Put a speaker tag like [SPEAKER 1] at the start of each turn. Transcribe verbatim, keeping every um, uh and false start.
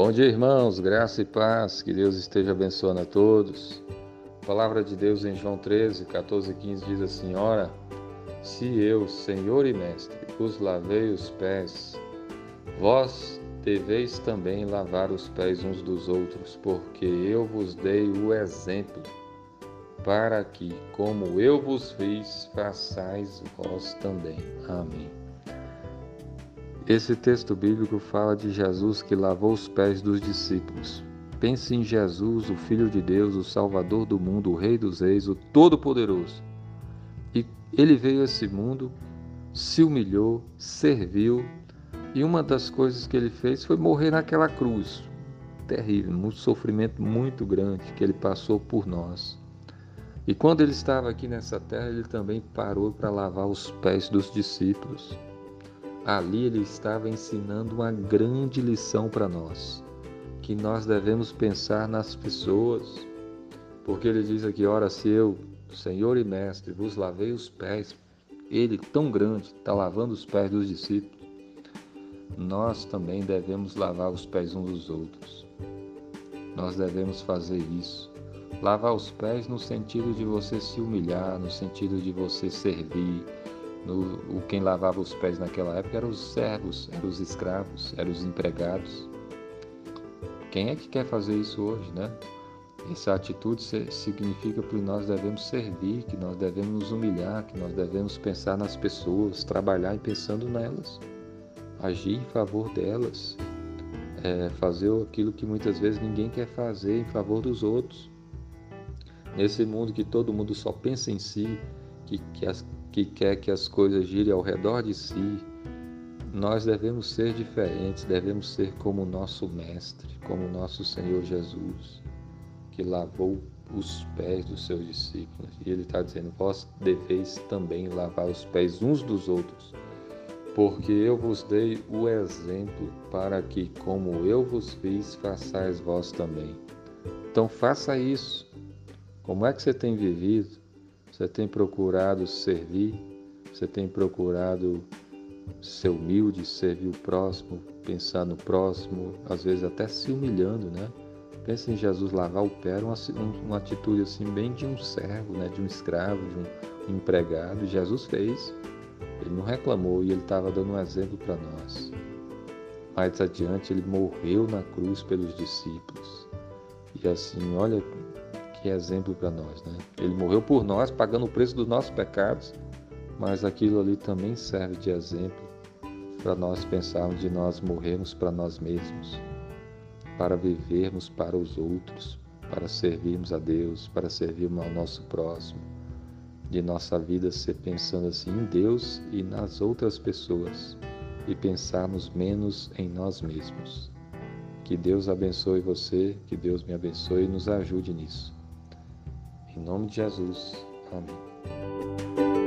[SPEAKER 1] Bom dia, irmãos, graça e paz, que Deus esteja abençoando a todos. A palavra de Deus em João treze, catorze e quinze diz assim: Ora, se eu, Senhor e Mestre, vos lavei os pés, vós deveis também lavar os pés uns dos outros, porque eu vos dei o exemplo, para que, como eu vos fiz, façais vós também. Amém. Esse texto bíblico fala de Jesus que lavou os pés dos discípulos. Pense em Jesus, o Filho de Deus, o Salvador do mundo, o Rei dos Reis, o Todo-Poderoso. E ele veio a esse mundo, se humilhou, serviu, e uma das coisas que ele fez foi morrer naquela cruz. Terrível, um sofrimento muito grande que ele passou por nós. E quando ele estava aqui nessa terra, ele também parou para lavar os pés dos discípulos. Ali ele estava ensinando uma grande lição para nós, que nós devemos pensar nas pessoas, porque ele diz aqui: ora, se eu, Senhor e Mestre, vos lavei os pés, ele tão grande está lavando os pés dos discípulos, nós também devemos lavar os pés uns dos outros. Nós devemos fazer isso. Lavar os pés no sentido de você se humilhar, no sentido de você servir. No, o, quem lavava os pés naquela época eram os servos, eram os escravos, eram os empregados. Quem é que quer fazer isso hoje, né? Essa atitude significa que nós devemos servir, que nós devemos nos humilhar, que nós devemos pensar nas pessoas, trabalhar e pensando nelas, agir em favor delas, é, fazer aquilo que muitas vezes ninguém quer fazer em favor dos outros. Nesse mundo que todo mundo só pensa em si, que, que, as, que quer que as coisas girem ao redor de si, nós devemos ser diferentes, devemos ser como o nosso Mestre, como o nosso Senhor Jesus, que lavou os pés dos seus discípulos. E ele está dizendo: vós deveis também lavar os pés uns dos outros, porque eu vos dei o exemplo para que, como eu vos fiz, façais vós também. Então faça isso. Como é que você tem vivido? Você tem procurado servir? Você tem procurado ser humilde, servir o próximo, pensar no próximo, às vezes até se humilhando, né? Pensa em Jesus lavar o pé, uma, uma atitude assim bem de um servo, né? De um escravo, de um empregado. Jesus fez, ele não reclamou e ele estava dando um exemplo para nós. Mais adiante ele morreu na cruz pelos discípulos. E assim, olha que exemplo para nós, né? Ele morreu por nós, pagando o preço dos nossos pecados, mas aquilo ali também serve de exemplo para nós pensarmos de nós morrermos para nós mesmos, para vivermos para os outros, para servirmos a Deus, para servirmos ao nosso próximo, de nossa vida ser pensando assim em Deus e nas outras pessoas e pensarmos menos em nós mesmos. Que Deus abençoe você, que Deus me abençoe e nos ajude nisso. Em nome de Jesus. Amém.